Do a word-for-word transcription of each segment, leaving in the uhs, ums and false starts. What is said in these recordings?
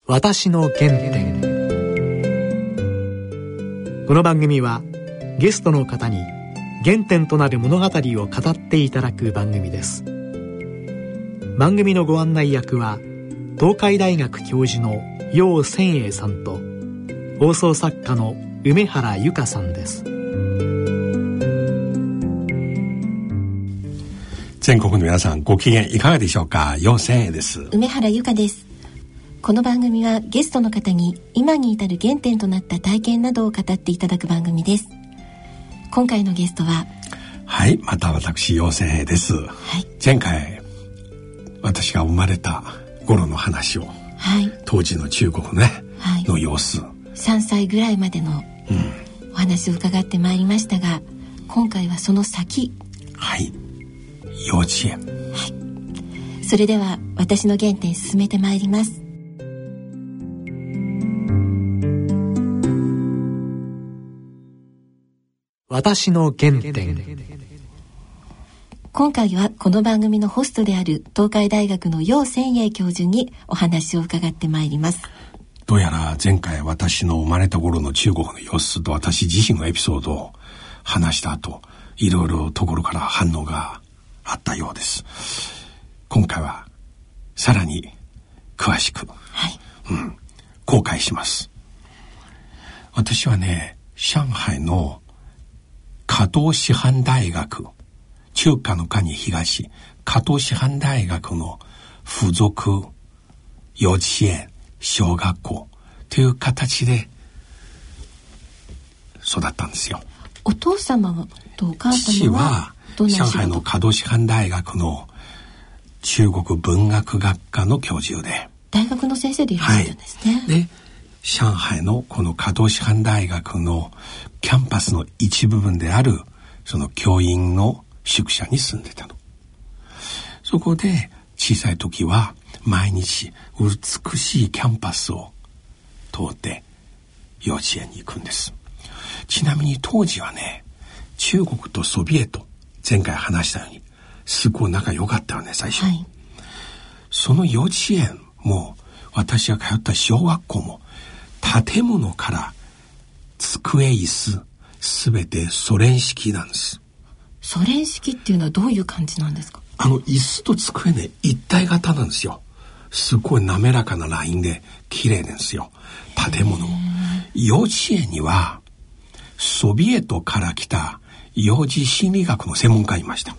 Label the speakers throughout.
Speaker 1: 私の原点。この番組はゲストの方に原点となる物語を語っていただく番組です。番組のご案内役は東海大学教授の楊千栄さんと放送作家の梅原由香さんです。
Speaker 2: 全国の皆さん、ご機嫌いかがでしょうか。楊千栄です。
Speaker 3: 梅原由香です。この番組はゲストの方に今に至る原点となった体験などを語っていただく番組です。今回のゲストは、
Speaker 2: はい、また私楊千栄です、はい、前回私が生まれた頃の話を、はい、当時の中国のね、はい、の様子、
Speaker 3: さんさいぐらいまでのお話を伺ってまいりましたが、今回はその先、
Speaker 2: はい、幼稚園、
Speaker 3: はい、それでは私の原点進めてまいります。
Speaker 1: 私の原点。
Speaker 3: 今回はこの番組のホストである東海大学の楊千栄教授にお話を伺ってまいります。
Speaker 2: どうやら前回私の生まれた頃の中国の様子と私自身のエピソードを話した後、いろいろところから反応があったようです。今回はさらに詳しく、はいうん、公開します。私はね、上海の加東師範大学、中華の華に東、加東師範大学の附属幼稚園、小学校という形で育ったんですよ。
Speaker 3: お父様とお母様は
Speaker 2: 父は上海の加東師範大学の中国文学学科の教授で、
Speaker 3: 大学の先生でいらっしゃるんですね。
Speaker 2: はい、で上海のこの加東師範大学のキャンパスの一部分であるその教員の宿舎に住んでたの。そこで小さい時は毎日美しいキャンパスを通って幼稚園に行くんです。ちなみに当時はね、中国とソビエト、前回話したようにすごい仲良かったよね、最初、はい、その幼稚園も私が通った小学校も建物から机椅子すべてソ連式なんです。
Speaker 3: ソ連式っていうのはどういう感じなんですか？
Speaker 2: あの椅子と机ね、一体型なんですよ。すごい滑らかなラインで綺麗ですよ。建物も。幼稚園にはソビエトから来た幼児心理学の専門家いました。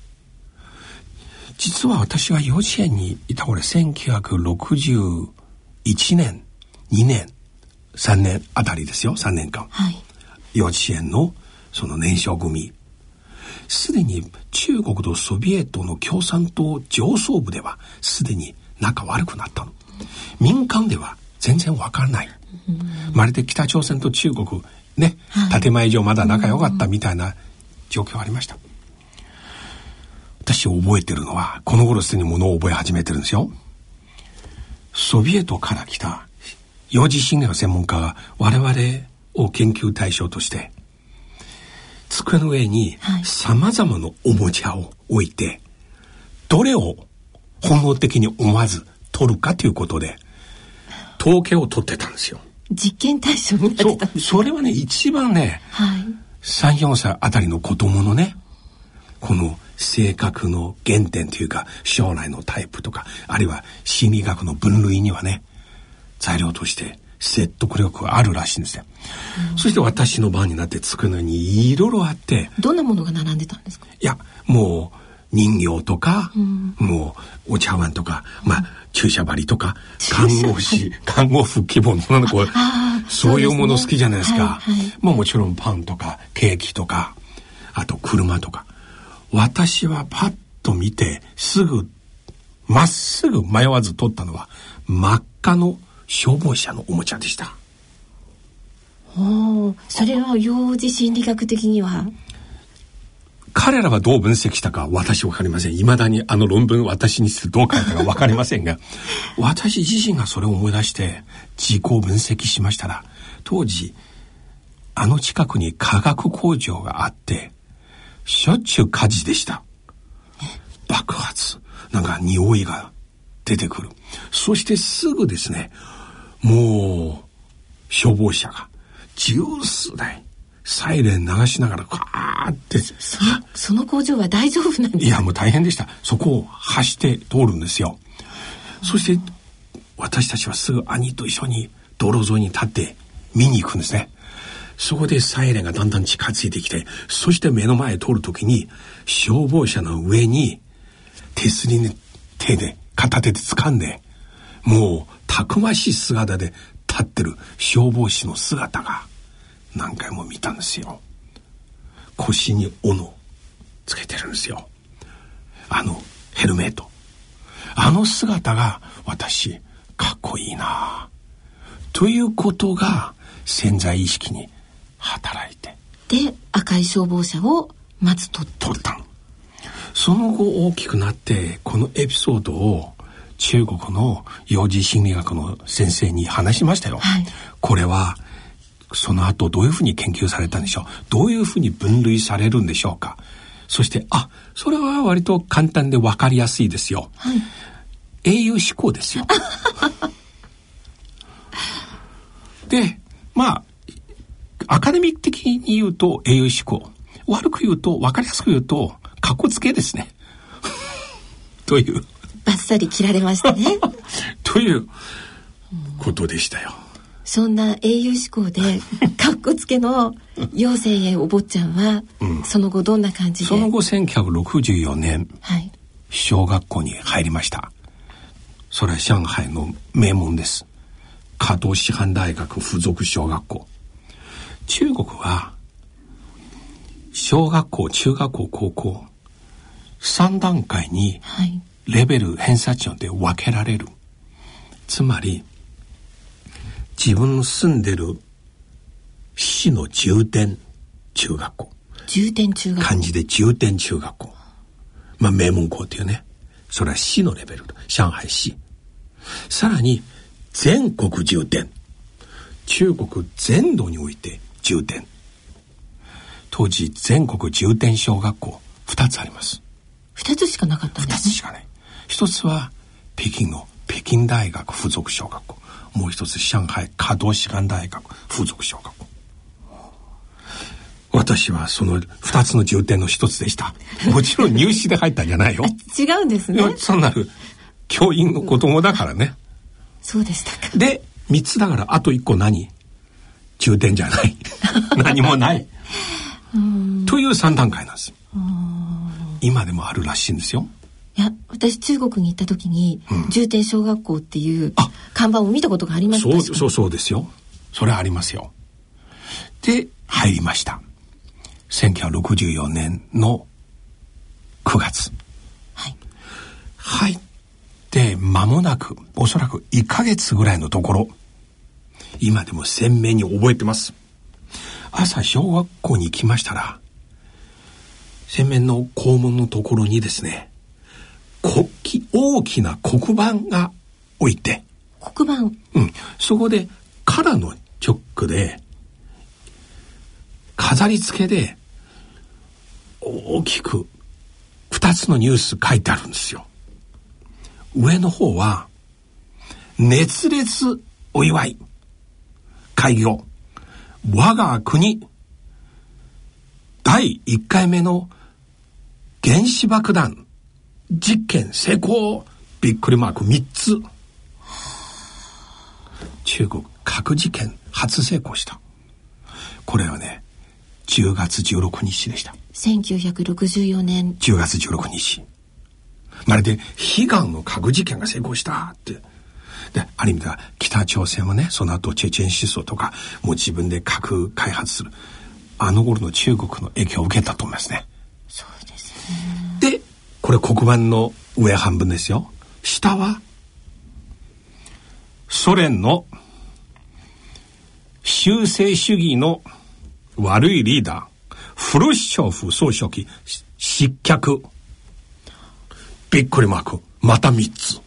Speaker 2: 実は私が幼稚園にいた頃、せんきゅうひゃくろくじゅういちねん、にねん、さんねんあたりですよ。さんねんかん、はい、幼稚園のその年少組、すでに中国とソビエトの共産党上層部ではすでに仲悪くなったの。民間では全然わからない、うん、まるで北朝鮮と中国ね、はい、建前上まだ仲良かったみたいな状況がありました。私覚えてるのは、この頃すでに物を覚え始めてるんですよ。ソビエトから来た幼児心理学専門家が我々を研究対象として机の上に様々なおもちゃを置いて、どれを本能的に思わず取るかということで統計を取ってたんですよ。
Speaker 3: 実験対象になってたんです。
Speaker 2: そ, それはね、一番ね、はい、さん、よんさいあたりの子供のね、この性格の原点というか将来のタイプとか、あるいは心理学の分類にはね、材料として説得力があるらしいんですよ。そして私の番になって机の上にいろいろあって、
Speaker 3: どんなものが並んでたんですか？
Speaker 2: いや、もう人形とか、うん、もうお茶碗とか、まあ注射針とか、看護師、看護婦希望の女の子、そういうもの好きじゃないですか。はいはい、まあもちろんパンとかケーキとか、あと車とか。私はパッと見てすぐまっすぐ迷わず取ったのは真っ赤の消防車のおもちゃでした。
Speaker 3: おー、それは幼児心理学的には
Speaker 2: 彼らはどう分析したか私わかりません。未だにあの論文私にしてどう書いたかわかりませんが私自身がそれを思い出して自己分析しましたら、当時あの近くに化学工場があってしょっちゅう火事でした。爆発、なんか匂いが出てくる。そしてすぐですね、 もう消防車が十数台サイレン流しながらカーって
Speaker 3: そ, その工場は大丈夫なんですか？
Speaker 2: いやもう大変でした。そこを走って通るんですよ。そして私たちはすぐ兄と一緒に道路沿いに立って見に行くんですね。そこでサイレンがだんだん近づいてきて、そして目の前を通るときに消防車の上に手すりに手で片手で掴んで、もうたくましい姿で立ってる消防士の姿が何回も見たんですよ。腰に斧つけてるんですよ。あのヘルメット、あの姿が私かっこいいなということが潜在意識に働いて、
Speaker 3: で赤い消防車をまず取った
Speaker 2: 取ったの。その後大きくなってこのエピソードを中国の幼児心理学の先生に話しましたよ、はい、これはその後どういうふうに研究されたんでしょう、どういうふうに分類されるんでしょうか。そしてあ、それは割と簡単で分かりやすいですよ、はい、英雄思考ですよで、まあアカデミック的に言うと英雄思考、悪く言うと分かりやすく言うとかっこつけですねという
Speaker 3: バッサリ切られましたね
Speaker 2: ということでしたよ。
Speaker 3: そんな英雄思考でかっこつけの陽生へお坊ちゃんは、うん、その後どんな感じで？
Speaker 2: その後せんきゅうひゃくろくじゅうよねん、はい、小学校に入りました。それは上海の名門です。華東師範大学附属小学校。中国は小学校、中学校、高校さん段階にレベル、偏差値で分けられる。つまり自分の住んでる市の重点中学校、
Speaker 3: 重点中学校、
Speaker 2: 漢字で重点中学校、まあ名門校っていうね、それは市のレベル、上海市。さらに全国重点、中国全土において重点。当時全国重点小学校ふたつあります。
Speaker 3: ふたつしかなかったんですね。
Speaker 2: ふたつしかない。ひとつは北京の北京大学附属小学校、もう一つ上海華東師範大学附属小学校。私はそのふたつの重点の一つでした。もちろん入試で入ったんじゃないよ
Speaker 3: 違うんですね。
Speaker 2: 単なる教員の子供だからね。
Speaker 3: そうでしたか。
Speaker 2: でみっつだからあといっこ何？重点じゃない何もないというさん段階なんです。今でもあるらしいんですよ。
Speaker 3: いや、私中国に行った時に、うん、重点小学校っていう看板を見たことがあります。
Speaker 2: そうそうそうですよ。それはありますよ。で入りました。せんきゅうひゃくろくじゅうよねんのくがつ、はい、入って間もなくおそらくいっかげつぐらいのところ、今でも鮮明に覚えてます。朝小学校に来ましたら、洗面の校門のところにですね、国旗、大きな黒板が置いて、
Speaker 3: 黒板、
Speaker 2: うん、そこでカラーのチョックで飾り付けで大きくふたつのニュース書いてあるんですよ。上の方は熱烈お祝い開業、我が国だいいっかいめの原子爆弾実験成功、びっくりマークみっつ。中国核実験初成功した。これはねじゅうがつじゅうろくにちでした。
Speaker 3: せんきゅうひゃくろくじゅうよねん
Speaker 2: じゅうがつじゅうろくにち、まるで悲願の核実験が成功したって。である意味では北朝鮮はね、その後チェチェン思想とかもう自分で核開発する、あの頃の中国の影響を受けたと思いますね。
Speaker 3: そうですね。
Speaker 2: でこれ黒板の上半分ですよ。下はソ連の修正主義の悪いリーダーフルシチョフ総書記失脚、びっくりマークまたみっつ。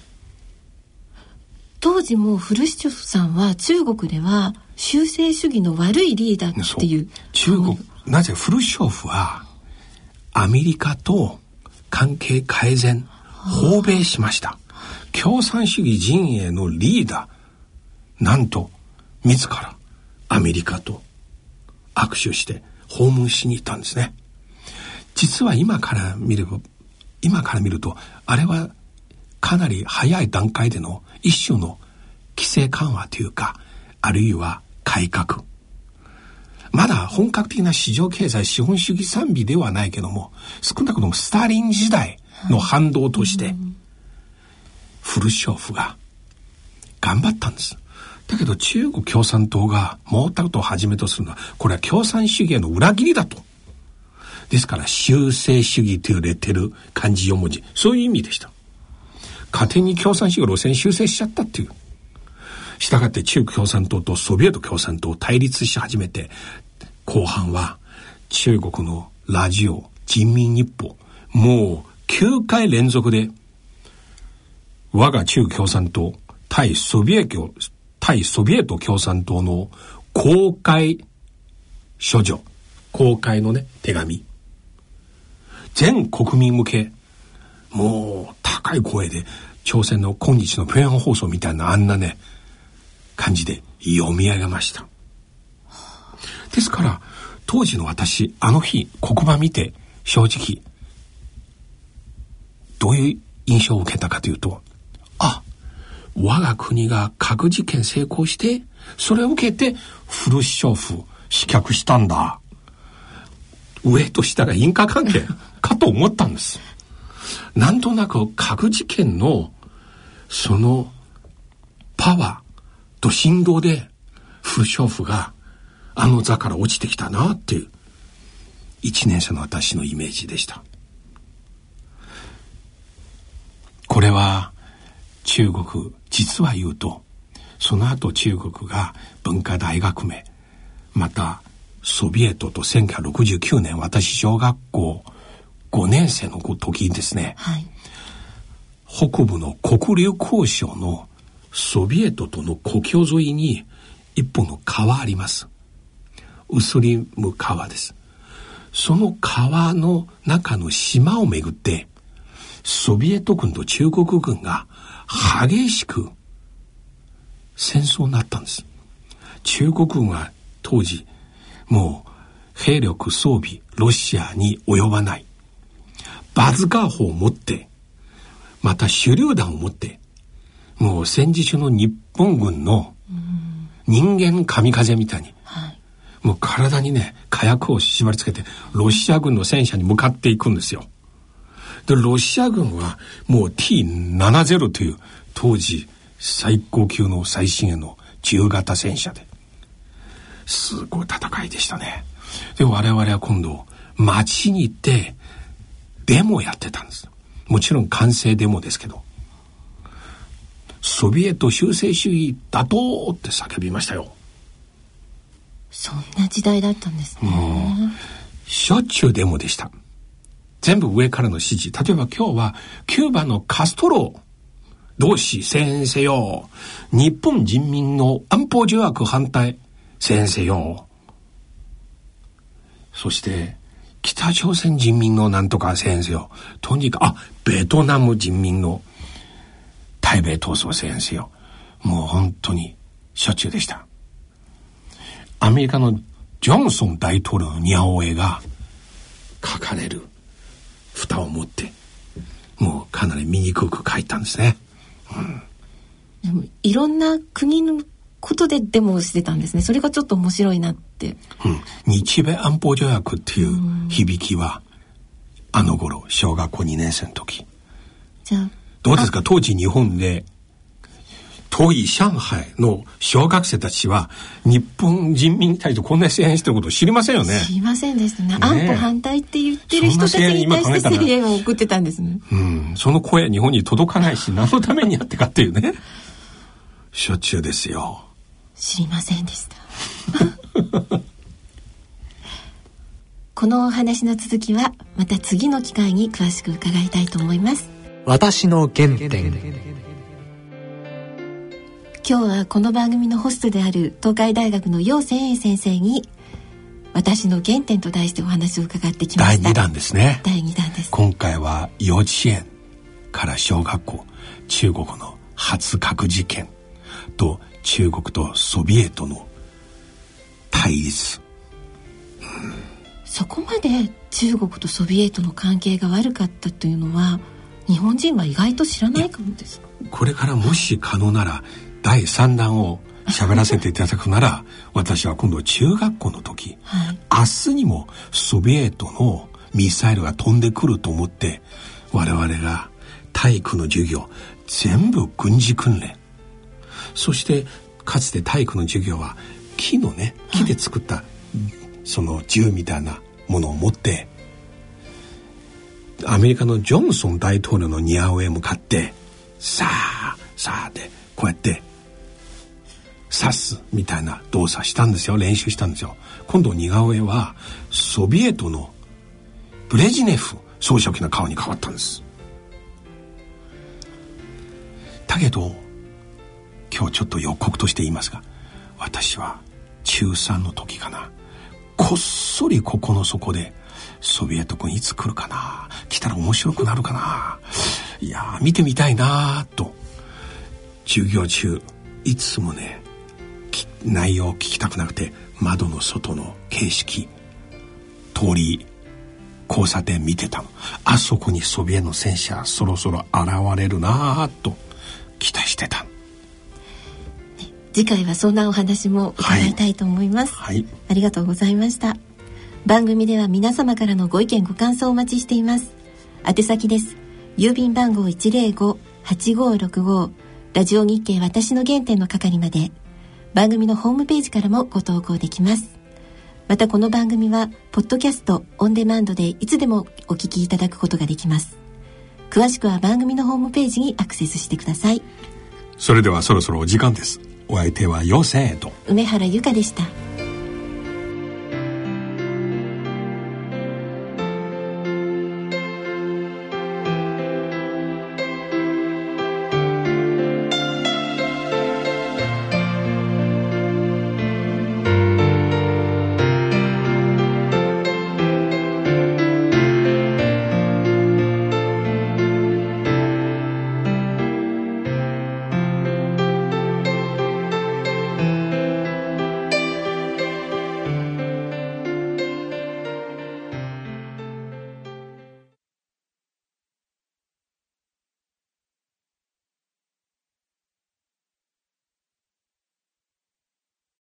Speaker 3: 当時もフルシチョフさんは中国では修正主義の悪いリーダーっていう。
Speaker 2: 中国、なぜフルシチョフはアメリカと関係改善訪米しました。共産主義陣営のリーダなんと自らアメリカと握手して訪問しに行ったんですね。実は今から見れば、今から見るとあれはかなり早い段階での一種の規制緩和というか、あるいは改革。まだ本格的な市場経済資本主義賛美ではないけども、少なくともスターリン時代の反動として、フルショフが頑張ったんです。だけど中国共産党が毛沢東をはじめとするのは、これは共産主義への裏切りだと。ですから修正主義というレッテル、漢字よん文字、そういう意味でした。勝手に共産主義路線修正しちゃったっていう。したがって中国共産党とソビエト共産党対立し始めて、後半は中国のラジオ人民日報、もうきゅうかい連続で我が中国共産党対ソビエト対ソビエト共産党の公開書状、公開のね手紙、全国民向け、もう高い声で朝鮮の今日の平壌放送みたいなあんなね感じで読み上げました。ですから当時の私、あの日黒板見て正直どういう印象を受けたかというと、あ、我が国が核実験成功してそれを受けてフルシチョフ失脚したんだ、上と下が因果関係かと思ったんです。なんとなく核実験のそのパワーと振動でフルショフがあの座から落ちてきたなっていう一年生の私のイメージでした。これは中国、実は言うとその後中国が文化大革命、またソビエトとせんきゅうひゃくろくじゅうきゅうねん、私小学校ごねん生の時ですね、はい、北部の黒竜江省のソビエトとの国境沿いに一本の川あります。ウスリム川です。その川の中の島をめぐってソビエト軍と中国軍が激しく戦争になったんです。中国軍は当時もう兵力装備ロシアに及ばない、バズカー砲を持って、また手榴弾を持って、もう戦時中の日本軍の人間神風みたいに、はい、もう体にね火薬を縛り付けてロシア軍の戦車に向かっていくんですよ。でロシア軍はもう ティーななじゅう という当時最高級の最新鋭の中型戦車で、すごい戦いでしたね。で我々は今度街に行ってデモをやってたんです。もちろん完成デモですけど、ソビエト修正主義打倒って叫びましたよ。
Speaker 3: そんな時代だったんですね。
Speaker 2: もうしょっちゅうデモでした。全部上からの指示。例えば今日はキューバのカストロ同士先生よ、日本人民の安保条約反対先生よ、そして北朝鮮人民のなんとか先生よ、とにかくあベトナム人民の対米闘争先生よ、もう本当にしょっちゅうでした。アメリカのジョンソン大統領の似顔絵が描かれる蓋を持ってもうかなり醜く描いたんですね、うん、
Speaker 3: でもいろんな国のことでデモをしてたんですね。それがちょっと面白いなって、
Speaker 2: うん、日米安保条約っていう響きはあの頃小学校にねん生の時。
Speaker 3: じゃあ
Speaker 2: どうですか、当時日本で遠い上海の小学生たちは日本人民に対してこんな声援してることを知りませんよね。
Speaker 3: 知りませんでしたね。安保反対って言ってる人たちに対して声援を送ってたんですね。
Speaker 2: うん、その声は日本に届かないし何のためにやってかっていうねしょっちゅうですよ。
Speaker 3: 知りませんでしたこのお話の続きはまた次の機会に詳しく伺いたいと思います。
Speaker 1: 私の原点。
Speaker 3: 今日はこの番組のホストである東海大学の楊千栄先生に私の原点と題してお話を伺ってきました。
Speaker 2: だいにだんですね。
Speaker 3: だいにだんです。
Speaker 2: 今回は幼稚園から小学校、中国の初核実験と中国とソビエトの対立、
Speaker 3: うん、そこまで中国とソビエトの関係が悪かったというのは日本人は意外と知らないかもです。
Speaker 2: これからもし可能ならだいさんだんを喋らせていただくなら私は今度中学校の時、はい、明日にもソビエトのミサイルが飛んでくると思って我々が体育の授業全部軍事訓練、そしてかつて体育の授業は木のね木で作った、はい、その銃みたいなものを持ってアメリカのジョンソン大統領の似顔絵へ向かってさあさあでこうやって刺すみたいな動作したんですよ。練習したんですよ。今度似顔絵はソビエトのブレジネフ総書記の顔に変わったんです。だけど今日ちょっと予告として言いますが、私は中さんの時かな、こっそりここの底でソビエト軍いつ来るかな、来たら面白くなるかな、いや見てみたいなと授業中いつもね内容を聞きたくなくて窓の外の景色、通り交差点見てたの。あそこにソビエトの戦車そろそろ現れるなと期待してた。
Speaker 3: 次回はそんなお話も伺いたいと思います、はいはい、ありがとうございました。番組では皆様からのご意見ご感想をお待ちしています。宛先です。郵便番号 いちまるご はちごろくご ラジオ日経私の原点の係まで。番組のホームページからもご投稿できます。またこの番組はポッドキャストオンデマンドでいつでもお聞きいただくことができます。詳しくは番組のホームページにアクセスしてください。
Speaker 2: それではそろそろお時間です。お相手はヨセイと
Speaker 3: 梅原由香でした。